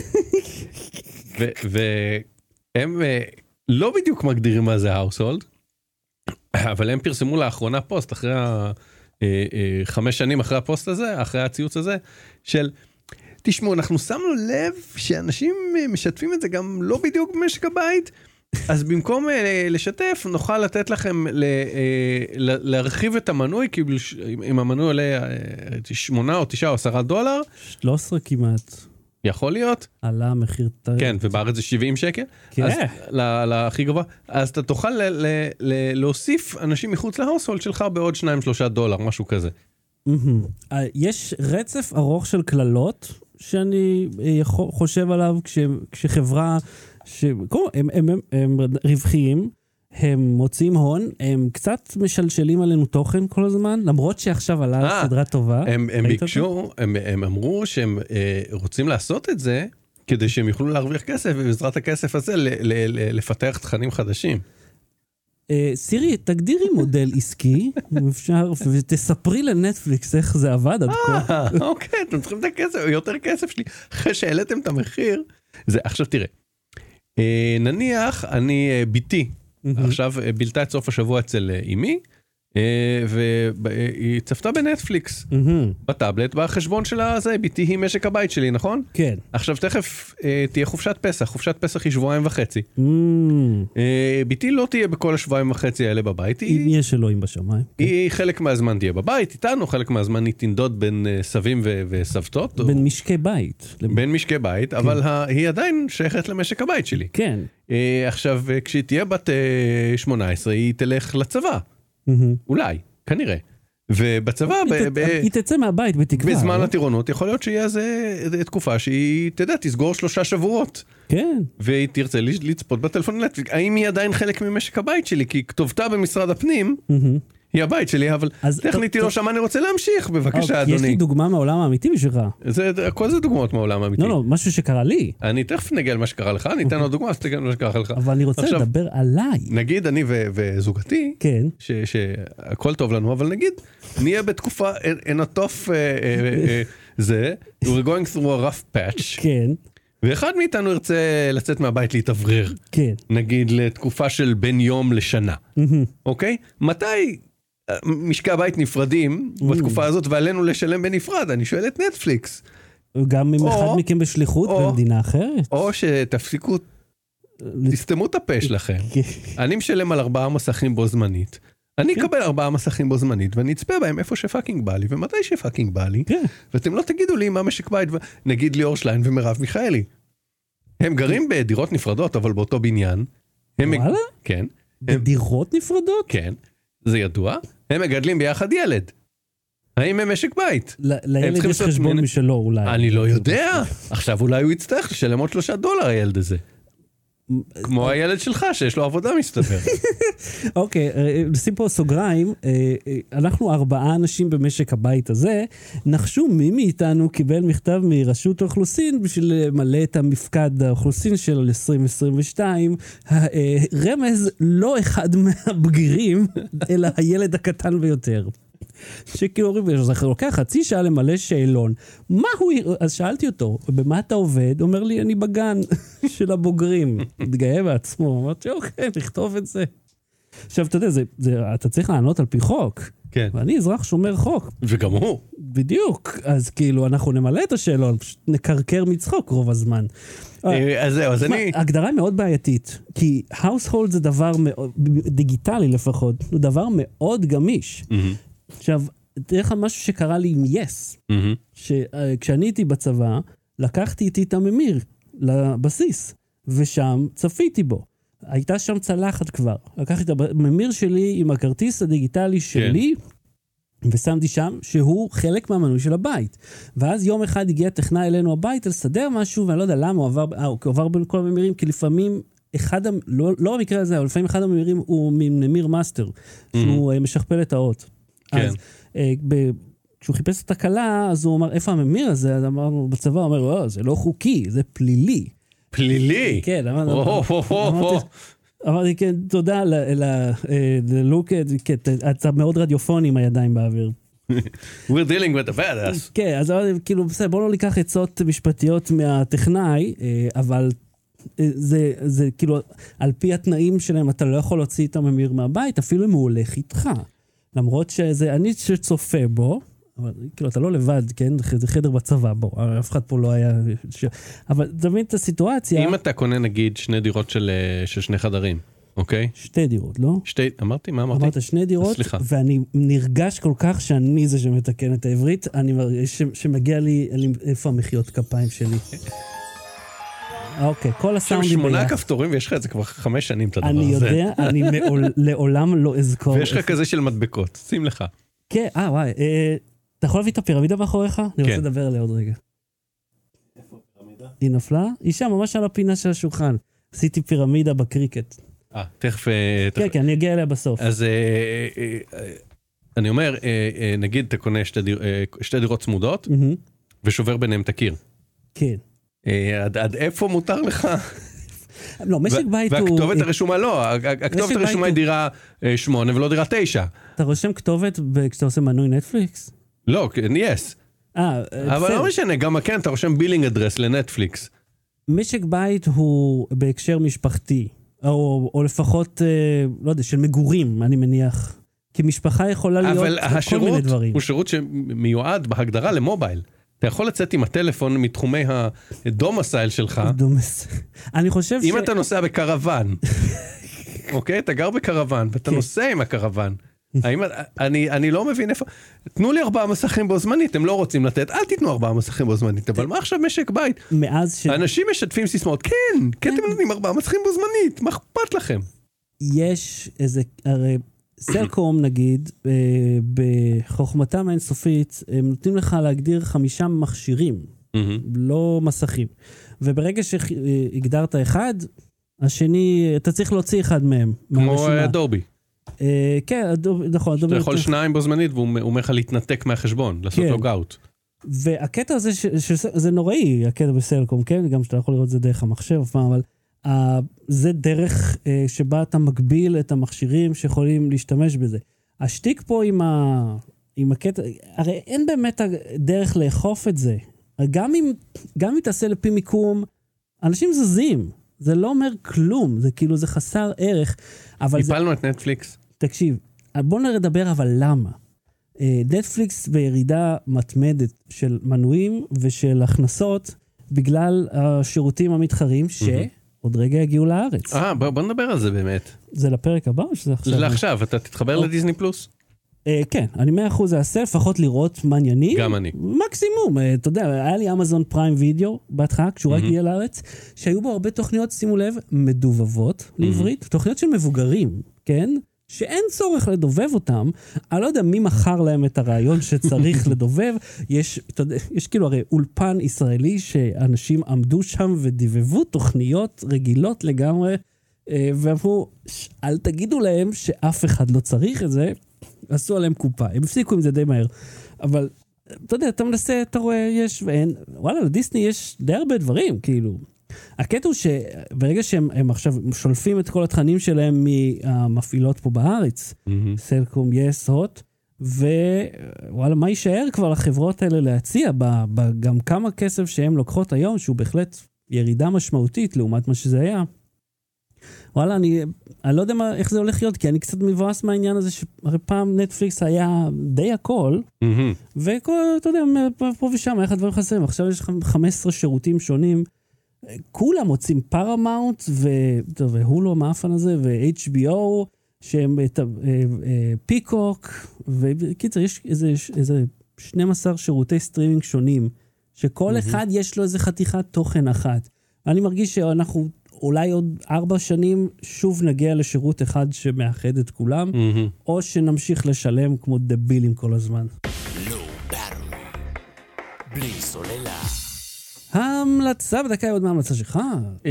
והם לא בדיוק מגדירים מה זה household, אבל הם פרסמו לאחרונה פוסט, אחרי חמש שנים אחרי הפוסט הזה, אחרי הציוץ הזה, של... תשמעו, אנחנו שמנו לב שאנשים משתפים את זה גם לא בדיוק במשק הבית, אז במקום לשתף, נוכל לתת לכם להרחיב את המנוי, כי אם המנוי עולה שמונה או תשעה או עשרה דולר, שלוש עשרה כמעט. יכול להיות. עלה המחיר... כן, ובארץ זה שבעים שקל. כן. להכי גבוה. אז אתה תוכל להוסיף אנשים מחוץ להאוסהולד שלך בעוד שניים שלושה דולר, משהו כזה. יש רצף ארוך של כללות שאני חושב עליו כשחברה שהם הם, הם, הם, הם רווחיים, הם מוצאים הון, הם קצת משלשלים עלינו תוכן כל הזמן, למרות שעכשיו עלה סדרה טובה. הם, הם ביקשו, הם, הם אמרו שהם אה, רוצים לעשות את זה, כדי שהם יוכלו להרוויח כסף, ובעזרת הכסף הזה ל, ל, ל, לפתח תכנים חדשים. אה, סירי, תגדירי מודל עסקי, אם אפשר, ותספרי לנטפליקס איך זה עבד עד כה. אה, אוקיי, אתם צריכים את הכסף, יותר כסף שלי, אחרי שהעליתם את המחיר. זה, עכשיו תראה, אה, נניח אני אה, ביתי, עכשיו בילתה את סוף השבוע אצל אמי, והיא צפתה בנטפליקס, בטאבלט, בחשבון שלה זה, ביתי היא משק הבית שלי, נכון? כן. עכשיו תכף תהיה חופשת פסח, חופשת פסח היא שבועיים וחצי. ביתי לא תהיה בכל השבועיים וחצי האלה בבית. אם יש אלוהים בשמיים. היא חלק מהזמן תהיה בבית איתנו, חלק מהזמן היא תנדוד בין סבים וסבתות. בין משקי בית. בין משקי בית, אבל היא עדיין שייכת למשק הבית שלי. כן. עכשיו, כשהיא תהיה בת שמונה עשרה, היא תלך לצבא. אולי, כנראה. ובצבא... היא תצא מהבית בתקווה. בזמן הטירונות, יכול להיות שיהיה איזה תקופה שהיא, אתה יודע, תסגור שלושה שבועות. כן. והיא תרצה לצפות בטלפון נטפליקס. האם היא עדיין חלק ממשק הבית שלי? כי כתובתה במשרד הפנים, היא הבית שלי, אבל טכנית היא לא שם, אני רוצה להמשיך, בבקשה, אדוני. יש לי דוגמה מהעולם האמיתי בשבילך. כל זה דוגמאות מהעולם האמיתי. לא, לא, משהו שקרה לי. אני תכף נגיע למה שקרה לך, אני אתן לו דוגמה, אז תגיע למה שקרה לך. אבל אני רוצה לדבר עליי. נגיד, אני וזוגתי, שהכל טוב לנו, אבל נגיד, נהיה בתקופה, נטוף זה, we're going through a rough patch. כן. ואחד מאיתנו ירצה לצאת מהבית להתאוורר. כן. נגיד לתקופה של בין יום לשנה. אוקיי? מתי משקי הבית נפרדים בתקופה הזאת ועלינו לשלם בנפרד? אני שואל את נטפליקס. גם אם אחד מכם בשליחות במדינה אחרת. או שתפסיקו, תסתמו את הפה שלכם. אני משלם על ארבעה מסכים בו זמנית. אני אקבל ארבעה מסכים בו זמנית, ואני אצפה בהם איפה שפאקינג בא לי, ומתי שפאקינג בא לי, ואתם לא תגידו לי מה משק בית, נגיד ליאור שליין ומרב מיכאלי. הם גרים בדירות נפרדות, אבל באותו בניין. וואלה? כן. בדירות נפרדות? כן. זה ידוע. הם מגדלים ביחד ילד. האם הם משק בית? לילד יש חשבון משלו אולי. אני לא יודע. עכשיו אולי הוא יצטרך לשלם עוד שלושה דולר הילד הזה. כמו הילד שלך שיש לו עבודה מסתבר. אוקיי, נשים פה סוגריים, אנחנו ארבעה אנשים במשק הבית הזה, נחשו מי מאיתנו קיבל מכתב מרשות האוכלוסין בשביל למלא את המפקד האוכלוסין של עשרים עשרים ושתיים, רמז לא אחד מהבגירים, אלא הילד הקטן ביותר. שכאילו אומרים, זה לוקח חצי שעה למלא שאלון. מה הוא, אז שאלתי אותו, במה אתה עובד? הוא אומר לי, אני בגן של הבוגרים. מתגאה בעצמו. אמרתי, אוקיי, נכתוב את זה. עכשיו, אתה יודע, זה, זה, אתה צריך לענות על פי חוק. כן. ואני אזרח שומר חוק. וגם הוא. בדיוק. אז כאילו, אנחנו נמלא את השאלון, פשוט נקרקר מצחוק רוב הזמן. אז זהו, אז אני... הגדרה מאוד בעייתית, כי household זה דבר מאוד, דיגיטלי לפחות, הוא דבר מאוד גמיש. עכשיו, תראה לך משהו שקרה לי עם יס, שכשאני הייתי בצבא, לקחתי איתי את הממיר לבסיס, ושם צפיתי בו. הייתה שם צלחת כבר. לקחתי את הממיר שלי עם הכרטיס הדיגיטלי שלי, ושמתי שם שהוא חלק מהמנוי של הבית. ואז יום אחד הגיע טכנאי אלינו הביתה לסדר משהו, ואני לא יודע למה הוא עבר, אה, הוא עבר בין כל הממירים, כי לפעמים אחד, לא, לא במקרה הזה, אבל לפעמים אחד הממירים הוא ממיר מאסטר, שהוא mm-hmm. משכפל את האות. כן. אז אה, ב, כשהוא חיפש את הקלה, אז הוא אמר, איפה הממיר הזה? אז אמרנו, בצבא, הוא אומר, לא, זה לא חוקי, זה פלילי. פלילי? כן, אמרתי, אמרתי, כן, תודה ללוק, אתה מאוד רדיופוני עם הידיים באוויר. We're dealing with the badass. כן, אז כאילו, בסדר, בואו לא ניקח עצות משפטיות מהטכנאי, אבל זה, זה כאילו, על פי התנאים שלהם, אתה לא יכול להוציא את הממיר מהבית, אפילו אם הוא הולך איתך. למרות שזה, אני שצופה בו, אבל כאילו, אתה לא לבד, כן? זה חדר בצבא, בו, אף אחד פה לא היה... ש... אבל תבין את הסיטואציה... אם אתה קונה, נגיד, שני דירות של, של שני חדרים, אוקיי? שתי דירות, לא? שתי... אמרתי? מה אמרתי? אמרת שני דירות, סליחה. ואני נרגש כל כך שאני זה שמתקן את העברית, אני מרגיש ש... שמגיע לי, איפה המחיות כפיים שלי? אוקיי, כל הסאונדים ביחד. שמונה כפתורים ויש לך את זה כבר חמש שנים, את הדבר הזה. אני יודע, אני לעולם לא אזכור. ויש לך כזה של מדבקות, שים לך. כן, אה, וואי, אתה יכול להביא את הפירמידה מאחוריך? אני רוצה לדבר עליה עוד רגע. איפה הפירמידה? היא נפלה? היא שם, ממש על הפינה של השולחן. עשיתי פירמידה בקריקט. אה, תכף... כן, כן, אני אגיע אליה בסוף. אז אני אומר, נגיד אתה קונה שתי דירות צמודות, ושובר ביניהם את הקיר. כן. עד איפה מותר לך? לא, משק בית הוא... והכתובת הרשומה לא, הכתובת הרשומה היא דירה שמונה ולא דירה תשע. אתה רושם כתובת כשאתה עושה מנוי נטפליקס? לא, yes. אבל לא משנה, גם כן, אתה רושם בילינג אדרס לנטפליקס. משק בית הוא בהקשר משפחתי, או, או לפחות, לא יודע, של מגורים, אני מניח. כי משפחה יכולה להיות כל מיני דברים. אבל השירות הוא שירות שמיועד בהגדרה למובייל. אתה יכול לצאת עם הטלפון מתחומי הדומסייל שלך. אני חושב ש... אם אתה נוסע בקרוון, אוקיי? אתה גר בקרוון, ואתה נוסע עם הקרוון. אני לא מבין איפה... תנו לי ארבעה מסכים בו זמנית, הם לא רוצים לתת, אל תיתנו ארבעה מסכים בו זמנית, אבל מה עכשיו משק בית? מאז ש... אנשים משתפים סיסמאות, כן, כן אתם נותנים ארבעה מסכים בו זמנית, מה אכפת לכם? יש איזה... הרי סלקום נגיד, בחוכמתם האינסופית, הם נותנים לך להגדיר חמישה מכשירים, לא מסכים. וברגע שהגדרת אחד, השני, אתה צריך להוציא אחד מהם. כמו דורבי. כן, נכון. אתה יכול שניים בו זמנית, והוא אומר לך להתנתק מהחשבון, לעשות לוגאוט. והקטע הזה, זה נוראי, הקטע בסלקום, כן? גם שאתה יכול לראות את זה דרך המחשב, אבל זה דרך שבה אתה מגביל את המכשירים שיכולים להשתמש בזה. השתיק פה עם, ה... עם הקטע, הרי אין באמת דרך לאכוף את זה. גם אם, גם אם תעשה לפי מיקום, אנשים זזים. זה לא אומר כלום, זה כאילו, זה חסר ערך. הפלנו זה... את נטפליקס. תקשיב, בוא נדבר אבל למה. נטפליקס בירידה מתמדת של מנויים ושל הכנסות, בגלל השירותים המתחרים ש... עוד רגע הגיעו לארץ. אה, בוא, בוא נדבר על זה באמת. זה לפרק הבא או שזה עכשיו? זה לעכשיו, אתה תתחבר או... לדיסני פלוס? אה, כן, אני מאה אחוז אעשה, לפחות לראות מעניינים. גם אני. מקסימום, אה, אתה יודע, היה לי אמזון פריים וידאו, בהתחלה, כשהוא רק הגיע לארץ, שהיו בו הרבה תוכניות, שימו לב, מדובבות לעברית, תוכניות של מבוגרים, כן? שאין צורך לדובב אותם, אני לא יודע מי מכר להם את הרעיון שצריך לדובב, יש, אתה יודע, יש כאילו הרי אולפן ישראלי שאנשים עמדו שם ודיבבו תוכניות רגילות לגמרי, ואמרו, אל תגידו להם שאף אחד לא צריך את זה, עשו עליהם קופה, הם הפסיקו עם זה די מהר, אבל אתה יודע, אתה מנסה, אתה רואה, יש ואין, וואלה, לדיסני יש די הרבה דברים, כאילו, הקטע הוא שברגע שהם הם עכשיו שולפים את כל התכנים שלהם מהמפעילות פה בארץ, סלקום, יס, הוט, ווואלה, מה יישאר כבר לחברות האלה להציע, גם כמה כסף שהם לוקחות היום, שהוא בהחלט ירידה משמעותית לעומת מה שזה היה. וואלה, אני, אני לא יודע מה, איך זה הולך להיות, כי אני קצת מבואס מהעניין הזה, שהרי פעם נטפליקס היה די הכל, וכל, אתה יודע, פה ושם, היה לך דברים חסרים, עכשיו יש חמישה עשר שירותים שונים, כולם מוצאים פרמאונט, והולו המאפן הזה, ו-אייץ' בי או, שהם פיקוק, וקיצר, יש איזה, איזה שנים עשר שירותי סטרימינג שונים, שכל אחד יש לו איזה חתיכת תוכן אחת. אני מרגיש שאנחנו אולי עוד ארבע שנים שוב נגיע לשירות אחד שמאחד את כולם, או שנמשיך לשלם כמו דבילים כל הזמן. בלי סוללה. ההמלצה בדקה עוד מההמלצה שלך.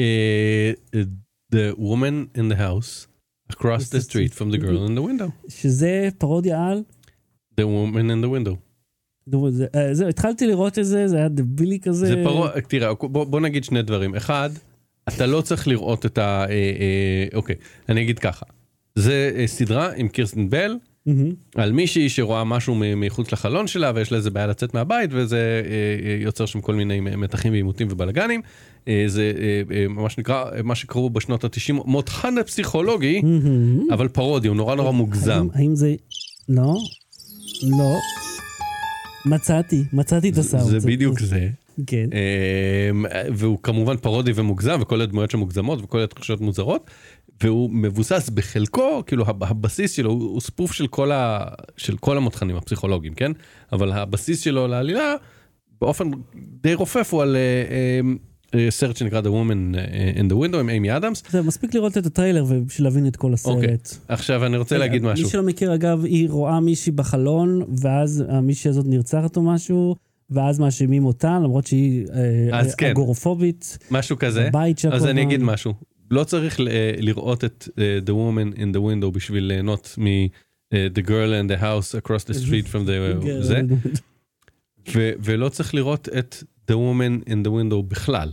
The woman in the house across the street from the girl in the window. שזה פרודיה על? The woman in the window. זהו, התחלתי לראות את זה, זה היה דבילי כזה. זה פרודיה, תראה, בוא נגיד שני דברים. אחד, אתה לא צריך לראות את ה... אוקיי, אני אגיד ככה. זה סדרה עם קירסטן בל, על מישהי שרואה משהו מחוץ לחלון שלה, ויש לה איזה בעיה לצאת מהבית, וזה יוצר שם כל מיני מתחים ועימותים ובלגנים. זה מה שנקרא, מה שקראו בשנות ה-תשעים, מותחן פסיכולוגי, אבל פרודי, הוא נורא נורא מוגזם. האם זה... לא, לא. מצאתי, מצאתי את הסאונד. זה בדיוק זה. כן. והוא כמובן פרודי ומוגזם, וכל הדמויות שמוגזמות, וכל התחושות מוזרות, והוא מבוסס בחלקו, כאילו הבסיס שלו הוא ספוף של כל, ה, של כל המותחנים הפסיכולוגיים, כן? אבל הבסיס שלו לעלילה, באופן די רופף, הוא על סרט שנקרא The Woman in the Window, עם אימי אדמס. זה מספיק לראות את הטריילר ובשביל להבין את כל הסרט. אוקיי, עכשיו אני רוצה להגיד משהו. מי שלא מכיר, אגב, היא רואה מישהי בחלון, ואז המישהי הזאת נרצחת או משהו, ואז מאשימים אותה, למרות שהיא אגורופובית. משהו כזה. אז אני אגיד משהו. לא צריך לראות את The Woman in the Window בשביל ליהנות מ... The girl in the house across the street from the... זה. ולא צריך לראות את The Woman in the Window בכלל.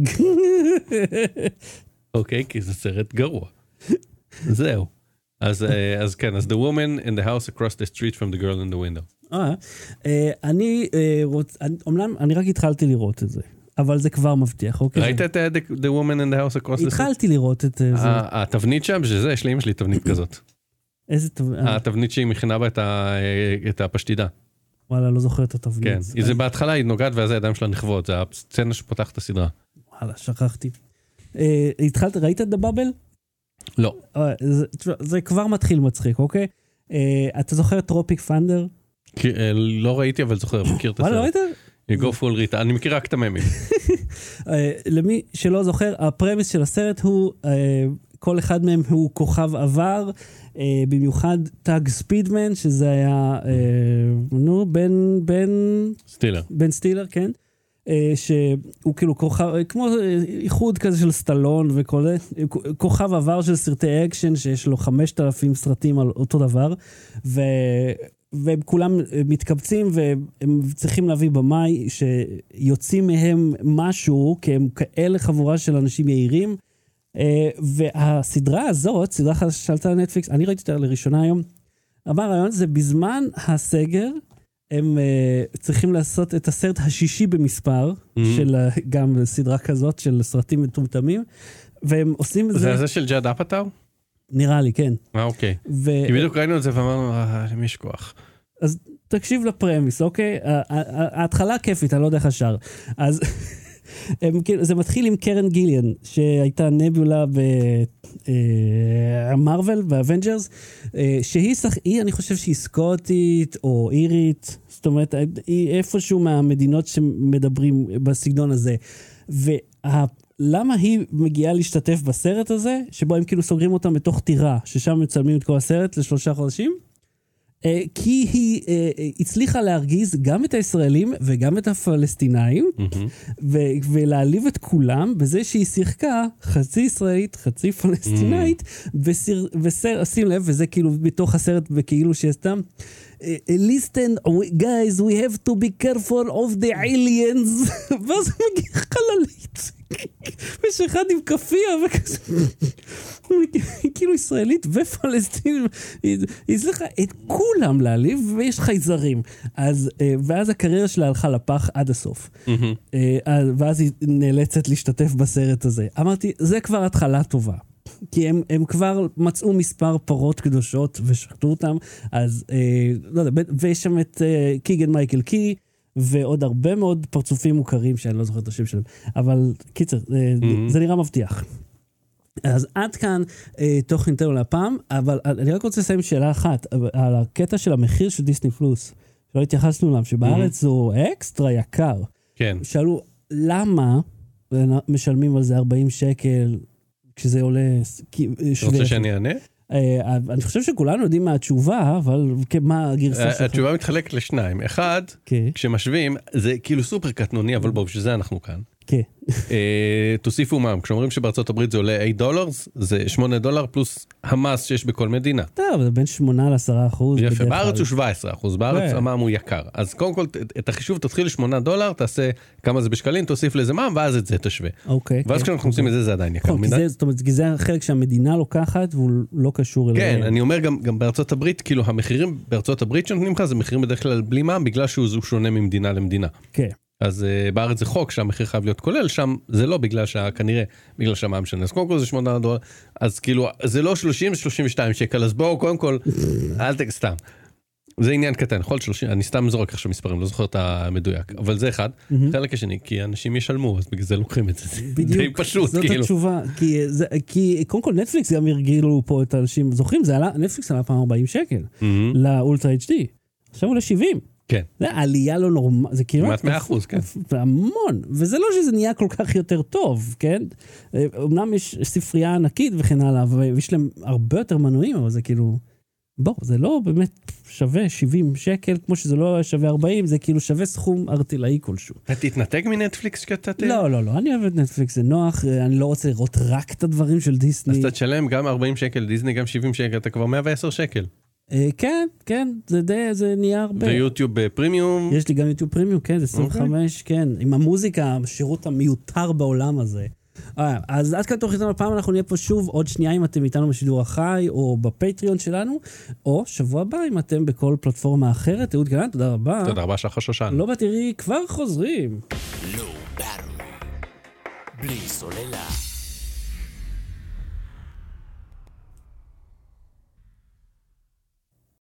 אוקיי, כי זה סרט גרוע. זהו. אז, אז כן, אז The Woman in the house across the street from the girl in the window. אני רוצה, אומנם, אני רק התחלתי לראות את זה, אבל זה כבר מבטיח, אוקיי? ראית את The Woman in the house across the street? התחלתי לראות את זה. התבנית שם, שזה, יש לאמא שלי תבנית כזאת. איזה תבנית? התבנית שהיא מכינה בה את הפשטידה. וואלה, לא זוכר את התבנית. כן, זה בהתחלה היא נוגעת ואז הידיים שלה נכוות, זה הסצנה שפותח את הסדרה. וואלה, שכחתי. התחלת, ראית את דבאבל? לא. זה, זה כבר מתחיל מצחיק, אוקיי? אתה זוכר טרופיק פנדר? לא ראיתי, אבל זוכר, מכיר את הסרט. וואלה, ראית? יגו פול ריטה, אני מכיר רק את הממים. למי שלא זוכר, הפרמיס של הסרט הוא, כל אחד מהם הוא כוכב עבר, במיוחד טאג ספידמן, שזה היה, נו, בן, בן... סטילר. בן סטילר, כן. שהוא כאילו כוכב, כמו איחוד כזה של סטלון וכל זה, כוכב עבר של סרטי אקשן, שיש לו חמשת אלפים סרטים על אותו דבר, ו... והם כולם מתקבצים, והם צריכים להביא במאי, שיוצאים מהם משהו, כי הם כאלה חבורה של אנשים יעירים, והסדרה הזאת, סדרה שעלתה לנטפליקס, אני ראיתי אותה לראשונה היום, אמר הרעיון, זה בזמן הסגר, הם uh, צריכים לעשות את הסרט השישי במספר, mm-hmm. של uh, גם סדרה כזאת, של סרטים מטומטמים, והם עושים את זה... זה זה של ג'אד אפאטאו? נראה לי, כן. אה, אוקיי. ו... כי בדיוק ראינו את זה ואמרנו, אה, למי יש כוח. אז תקשיב לפרמיס, אוקיי? ההתחלה כיפית, אני לא יודע איך השאר. אז זה מתחיל עם קרן גיליאן, שהייתה נביולה במרוול, באבנג'רס, שהיא, היא, אני חושב שהיא סקוטית או אירית, זאת אומרת, היא איפשהו מהמדינות שמדברים בסגנון הזה. ולמה היא מגיעה להשתתף בסרט הזה, שבו הם כאילו סוגרים אותם בתוך טירה, ששם מצלמים את כל הסרט לשלושה חודשים? כי היא הצליחה להרגיז גם את הישראלים וגם את הפלסטינאים, ולהעליב את כולם בזה שהיא שיחקה חצי ישראלית, חצי פלסטינאית, ושים לב, וזה כאילו בתוך הסרט וכאילו שיסתם, listen, guys, we have to be careful of the aliens, ואז מגיע חללית, ושאחד עם כפייה, וכזה, כאילו ישראלית ופלסטינית, היא הצליחה את כולם להעליב, ויש חייזרים. אז, ואז הקריירה שלה הלכה לפח עד הסוף. ואז היא נאלצת להשתתף בסרט הזה. אמרתי, זה כבר התחלה טובה. כי הם, הם כבר מצאו מספר פרות קדושות ושחטו אותם, אז, אה, לא יודע, ויש שם את אה, קיגן מייקל קי, ועוד הרבה מאוד פרצופים מוכרים, שאני לא זוכר את השם שלהם, אבל קיצר, אה, mm-hmm. זה נראה מבטיח. אז עד כאן אה, תוכניתנו להפעם, אבל אני רק רוצה לסיים שאלה אחת, על הקטע של המחיר של דיסני פלוס, שלא התייחסנו להם, שבארץ mm-hmm. הוא אקסטרה יקר. כן. שאלו, למה משלמים על זה ארבעים שקל, כשזה עולה... רוצה שאני אענה? אני חושב שכולנו יודעים מה התשובה, אבל מה הגרסה שלך? התשובה מתחלקת לשניים. אחד, כשמשווים, זה כאילו סופר קטנוני, אבל בואו, שזה אנחנו כאן. כן. תוסיפו מע"מ. כשאומרים שבארצות הברית זה עולה שמונה דולר, זה שמונה דולר פלוס המס שיש בכל מדינה. טוב, זה בין שמונה לעשרה אחוז. יפה, בארץ הוא שבעה עשר אחוז, בארץ המע"מ הוא יקר. אז קודם כל, את החישוב תתחיל לשמונה דולר, תעשה כמה זה בשקלים, תוסיף לזה מע"מ, ואז את זה תשווה. אוקיי. ואז כשאנחנו עושים את זה, זה עדיין יקר מדי. זאת אומרת, זה החלק שהמדינה לוקחת, והוא לא קשור אליהם. כן, אני אומר גם בארצות הברית, כאילו המחירים בארצות הברית שנותנים לך, זה מחירים בדרך כלל בלי מע"מ, בגלל שהוא שונה ממדינה למדינה. כן. אז uh, בארץ זה חוק שהמחיר חייב להיות כולל, שם זה לא בגלל שה... כנראה, בגלל שהמע"מ משנה. אז קודם כל זה שמונה דולר, אז כאילו, זה לא שלושים, שלושים ושתיים שקל, אז בואו, קודם כל, אל תק, סתם. זה עניין קטן, יכול להיות שלושים, אני סתם זורק עכשיו מספרים, לא זוכר את המדויק, אבל זה אחד. חלק השני, כי אנשים ישלמו, אז בגלל זה לוקחים את זה. זה די פשוט, זאת כאילו. התשובה, כי, זה, כי קודם כל נטפליקס גם הרגילו פה את האנשים, זוכרים, זה עלה, נטפליקס עלה פעם ארבעים שקל, לאולטרה אייץ' די. עכשיו הוא ל-שבעים. כן. זה עלייה לא נורמל, זה כמעט... כמעט מאה אחוז, כן. זה המון, וזה לא שזה נהיה כל כך יותר טוב, כן? אמנם יש ספרייה ענקית וכן הלאה, ויש להם הרבה יותר מנויים, אבל זה כאילו... בוא, זה לא באמת שווה שבעים שקל, כמו שזה לא שווה ארבעים, זה כאילו שווה סכום ארטילאי כלשהו. תתנתק מנטפליקס שאתה... לא, לא, לא, אני אוהב את נטפליקס, זה נוח, אני לא רוצה לראות רק את הדברים של דיסני. אז אתה תשלם גם ארבעים שקל, דיסני גם שבעים שקל, אתה כבר מאה ועשר שקל. כן, כן, זה די, זה נהיה הרבה. ויוטיוב פרימיום. יש לי גם יוטיוב פרימיום, כן, זה עשרים וחמש, כן, עם המוזיקה, השירות המיותר בעולם הזה. אז עד כאן תוך איתנו הפעם, אנחנו נהיה פה שוב עוד שנייה אם אתם איתנו בשידור החי או בפטריון שלנו, או שבוע הבא אם אתם בכל פלטפורמה אחרת. אהוד גלנט, תודה רבה. תודה רבה שחר שושן. לא בתראי, כבר חוזרים. לא באטרי, בלי סוללה.